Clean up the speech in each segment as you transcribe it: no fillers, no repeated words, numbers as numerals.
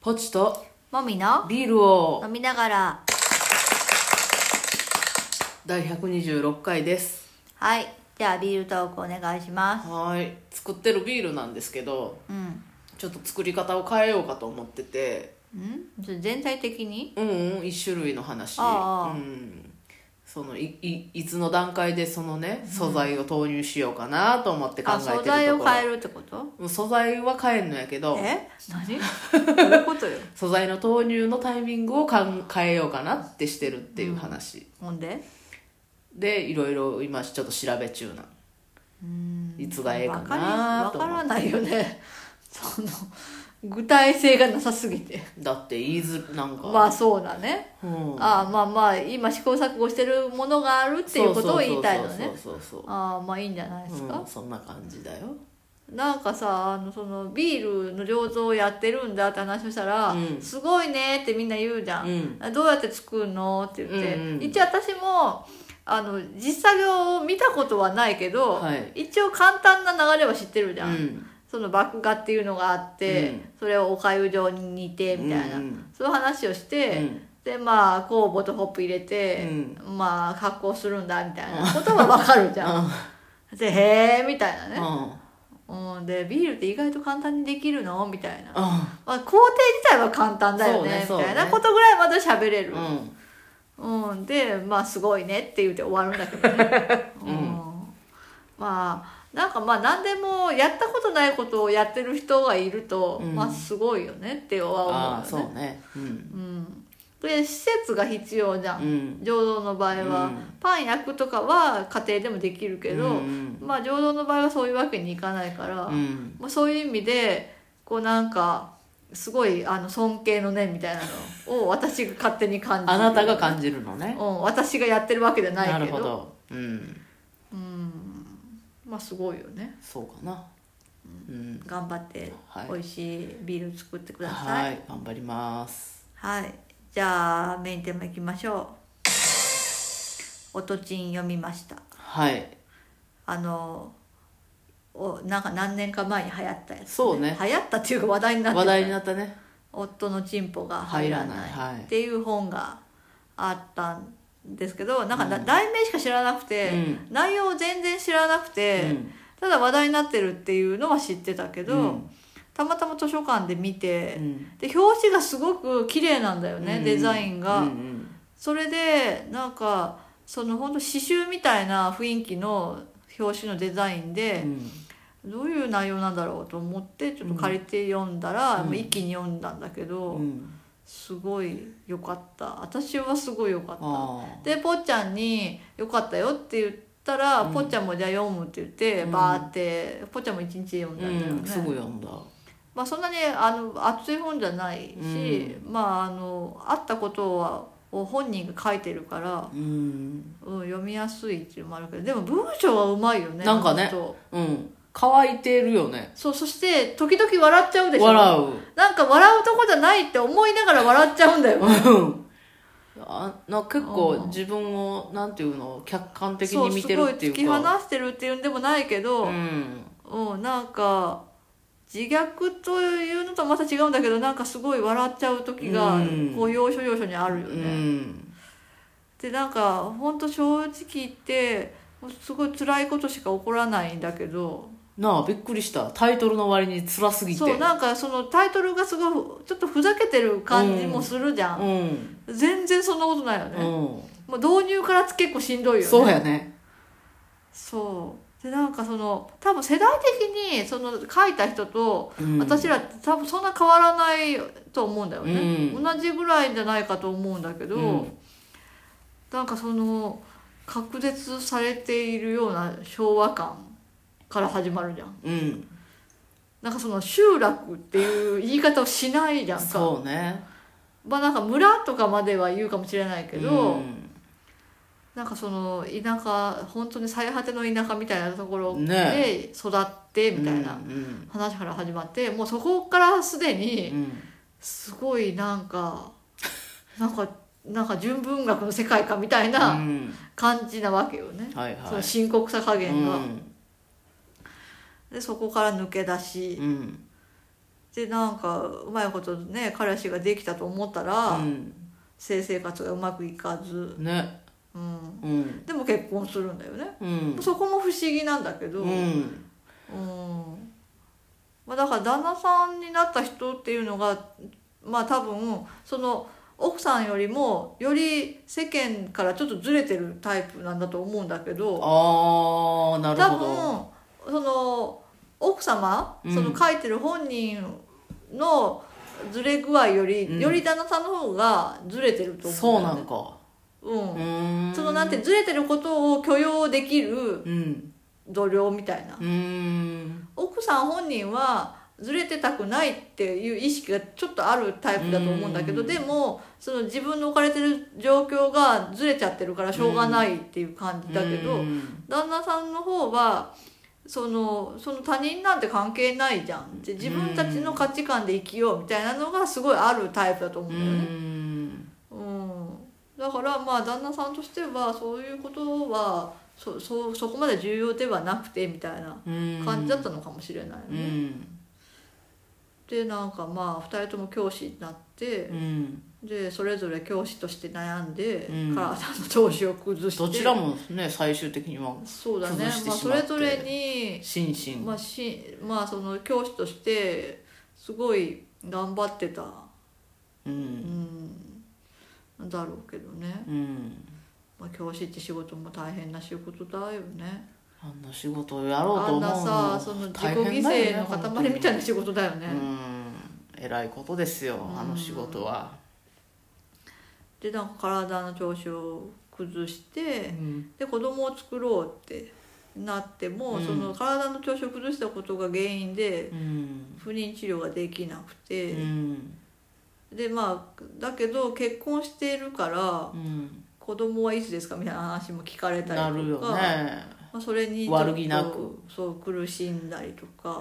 ポチともみのビールを飲みながら。 第126回です。 はい、じゃあビールトークお願いします。 はい、作ってるビールなんですけど、ちょっと作り方を変えようかと思ってて。 全体的に一種類の話。 ああ、 そのいつの段階でそのね、素材を投入しようかなと思って考えてるところ。 素材を変えるってこと？ 素材は変えんのやけど、 何？どういうことよ。 素材の投入のタイミングを変えようかなってしてるっていう話、 ほんでいろいろ今ちょっと調べ中な。いつがええかなと思って。 わからないよね。その具体性がなさすぎて。 だって言いなんかまあそうだね、まあ今試行錯誤してるものがあるっていうことを言いたいのね。まあいいんじゃないですか、 そんな感じだよ。 なんかさ、そのビールの醸造をやってるんだって話をしたら、すごいねってみんな言うじゃん、どうやって作るのって言って、一応私も実作業を見たことはないけど、一応簡単な流れは知ってるじゃん、その麦芽っていうのがあって、それをお粥状に煮てみたいな、そういう話をして、でまあ酵母とホップ入れて、まあ発酵するんだみたいなことは分かるじゃん、でへえみたいなね、でビールって意外と簡単にできるのみたいな、まあ、工程自体は簡単だよねみたいなことぐらいまで喋れる、でまあすごいねって言って終わるんだけどね、まあなんかまあ何でもやったことないことをやってる人がいると、まあすごいよねっては思うよね。 そうね。 で施設が必要じゃん、醸造の場合は、パン焼くとかは家庭でもできるけど、まあ醸造の場合はそういうわけにいかないから、まあ、そういう意味でこうなんかすごい尊敬の念みたいなのを私が勝手に感じる。 あなたが感じるのね。 私がやってるわけじゃないけど。 なるほど。 まあすごいよね。 そうかな。 頑張って美味しいビール作ってください。 はい、頑張ります。 はい、じゃあメインテーマいきましょう。おとちん読みました。 はい。 なんか何年か前に流行ったやつ、ね。 そうね。 流行ったっていうか話題になった。 話題になったね。 夫のチンポが入らないっていう本があったんですけど、なんか題名しか知らなくて、内容を全然知らなくて、ただ話題になってるっていうのは知ってたけど、たまたま図書館で見て、で表紙がすごく綺麗なんだよね、デザインが、それでなんかその本当刺繍みたいな雰囲気の表紙のデザインで、どういう内容なんだろうと思ってちょっと借りて読んだら、一気に読んだんだけど、すごい良かった。私はすごい良かった。でぽっちゃんに「良かったよ」って言ったら、ぽっちゃんも「じゃあ読む」って言って、バーってぽっちゃんも一日で読んだんだよね、 すぐ読んだ。 まあそんなに熱い本じゃないし、まああったことを本人が書いてるから、読みやすいっていうのもあるけど、でも文章はうまいよね。 なんかね、乾いてるよね。 そして時々笑っちゃうでしょ。 笑う。 なんか笑うとこじゃないって思いながら笑っちゃうんだよ。 結構自分をなんていうの、客観的に見てるっていうか、 すごい突き放してるっていうんでもないけど、なんか自虐というのとはまた違うんだけど、なんかすごい笑っちゃう時がこう要所要所にあるよね。でなんか本当正直言ってすごい辛いことしか起こらないんだけどなあ、びっくりした。タイトルの割に辛すぎて。 そう、なんかそのタイトルがすごいちょっとふざけてる感じもするじゃん、全然そんなことないよね、もう導入から結構しんどいよね。 そうやね。 そうでなんかその多分世代的にその書いた人と私らって多分そんな変わらないと思うんだよね、同じぐらいじゃないかと思うんだけど、なんかその隔絶されているような昭和感から始まるじゃん、なんかその集落っていう言い方をしないじゃんか。 そうね。 まあなんか村とかまでは言うかもしれないけど、なんかその田舎、本当に最果ての田舎みたいなところで育ってみたいな話から始まって、もうそこからすでにすごいなんか純文学の世界観みたいな感じなわけよね、その深刻さ加減が、でそこから抜け出し、 でなんかうまいことね彼氏ができたと思ったら、性生活がうまくいかずね、 でも結婚するんだよね、そこも不思議なんだけど、まあ、だから旦那さんになった人っていうのがまあ多分その奥さんよりもより世間からちょっとずれてるタイプなんだと思うんだけど、 なるほど。 多分その奥様、その書いてる本人のずれ具合より、より旦那さんの方がずれてると思うんだよね。 そうなんか。 そのなんてずれてることを許容できる度量みたいな。奥さん本人はずれてたくないっていう意識がちょっとあるタイプだと思うんだけど、でもその自分の置かれてる状況がずれちゃってるからしょうがないっていう感じだけど、旦那さんの方はその他人なんて関係ないじゃんって自分たちの価値観で生きようみたいなのがすごいあるタイプだと思うんだよね。だからまあ旦那さんとしてはそういうことはそこまで重要ではなくてみたいな感じだったのかもしれないね。でなんかまあ2人とも教師になって、でそれぞれ教師として悩んで、体の調子を崩して、 どちらもね最終的にはそうだね、まあ、それぞれに心身、 まあその教師としてすごい頑張ってた、だろうけどね、まあ、教師って仕事も大変な仕事だよね。 あんな仕事をやろうと思うのあんなさその自己犠牲の塊みたいな仕事だよね。 偉いことですよ、あの仕事は。 でなんか体の調子を崩して、で子供を作ろうってなっても、その体の調子を崩したことが原因で、不妊治療ができなくて、でまあだけど結婚しているから、子供はいつですかみたいな話も聞かれたりとか、 なるよね、 まあ、それにちょっと悪気なくそう苦しんだりとか、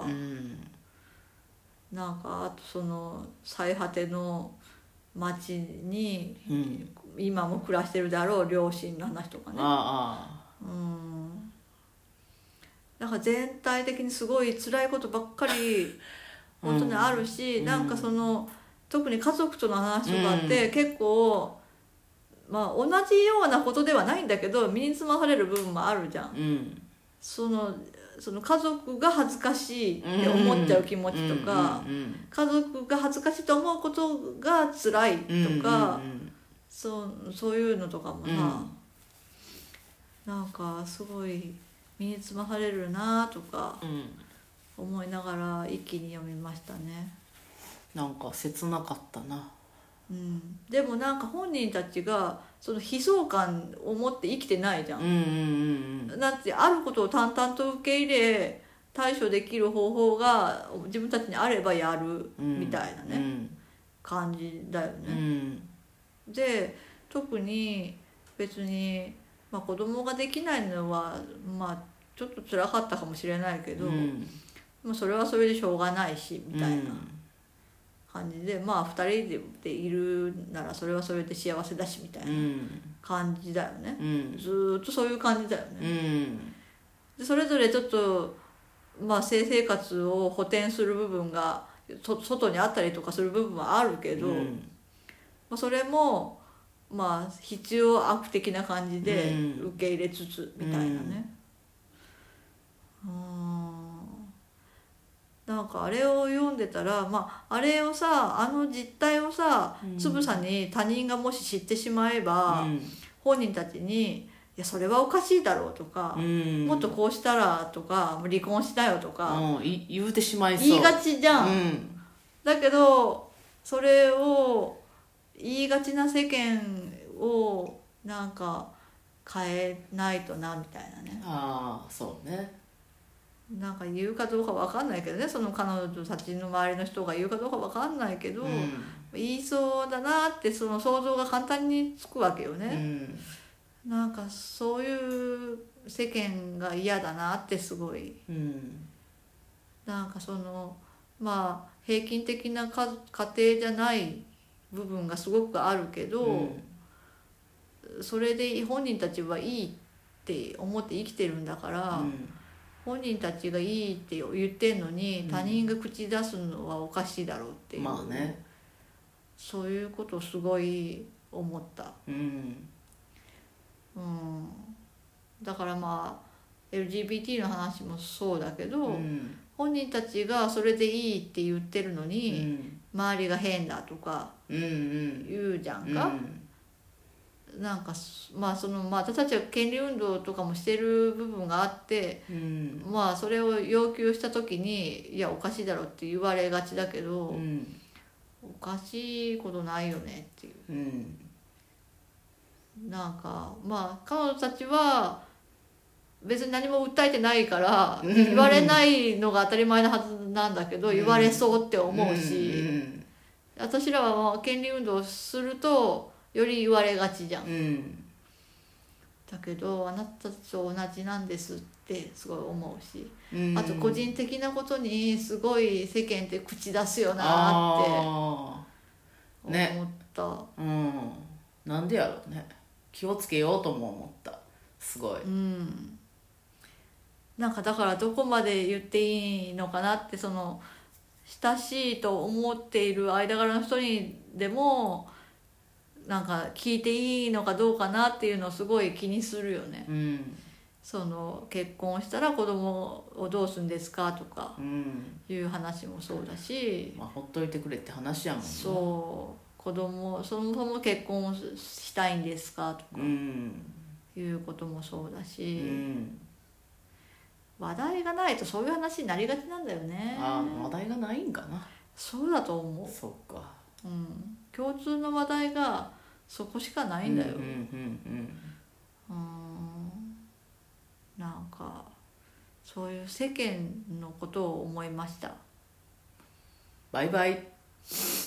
なんかあとその最果ての町に今も暮らしてるであろう両親の話とかね。なんか全体的にすごい辛いことばっかり本当にあるし、なんかその特に家族との話とかって結構、まあ同じようなことではないんだけど身につまされる部分もあるじゃん。その家族が恥ずかしいって思っちゃう気持ちとか、家族が恥ずかしいと思うことが辛いとか、そういうのとかもさ、なんかすごい身につまされるなとか思いながら一気に読みましたね。 なんか切なかったな。 でもなんか本人たちがその悲壮感を持って生きてないじゃん。だってあることを淡々と受け入れ対処できる方法が自分たちにあればやるみたいなね、感じだよね。で特に別に、まあ、子供ができないのはまあちょっと辛かったかもしれないけど、まあ、それはそれでしょうがないしみたいな感じで、まあ2人でいるならそれはそれで幸せだしみたいな感じだよね。ずっとそういう感じだよね。でそれぞれちょっと、まあ、性生活を補填する部分が外にあったりとかする部分はあるけど、まあ、それもまあ必要悪的な感じで受け入れつつみたいなね。なんかあれを読んでたら、まあ、あれをさあの実態をさつぶさに他人がもし知ってしまえば、本人たちに「いやそれはおかしいだろう」とか、もっとこうしたら」とか「離婚しなよ」とか、 言うてしまいそう、 言いがちじゃん。だけどそれを言いがちな世間をなんか変えないとなみたいなね。 そうね。 なんか言うかどうか分かんないけどね、その彼女たちの周りの人が言うかどうか分かんないけど、言いそうだなってその想像が簡単につくわけよね。なんかそういう世間が嫌だなってすごい、なんかそのまあ平均的な家庭じゃない部分がすごくあるけど、それで本人たちはいいって思って生きてるんだから、 本人たちがいいって言ってんのに他人が口出すのはおかしいだろうっていう、 まあね、 そういうことをすごい思った。 うんだからまあ LGBT の話もそうだけど、 うん、 本人たちがそれでいいって言ってるのに、周りが変だとか言うじゃんか、なんかまあ私たちは権利運動とかもしてる部分があって、まあそれを要求した時にいやおかしいだろって言われがちだけど、おかしいことないよねっていう、なんかまあ彼女たちは別に何も訴えてないから言われないのが当たり前なはずなんだけど、言われそうって思うし、私らは権利運動するとより言われがちじゃん、だけどあなたたちと同じなんですってすごい思うし、あと個人的なことにすごい世間って口出すよなって思った、 なんでやろうね、気をつけようとも思った、すごい、 なんかだからどこまで言っていいのかなって、その親しいと思っている間柄の人にでもなんか聞いていいのかどうかなっていうのをすごい気にするよね、その結婚したら子供をどうするんですかとかいう話もそうだし、 まあ、ほっといてくれって話やもんね。 そう子供そもそも結婚したいんですかとかいうこともそうだし、話題がないとそういう話になりがちなんだよね。 話題がないんかな。 そうだと思う。 そっか、 共通の話題がそこしかないんだよ。なんかそういう世間のことを思いました。 バイバイ。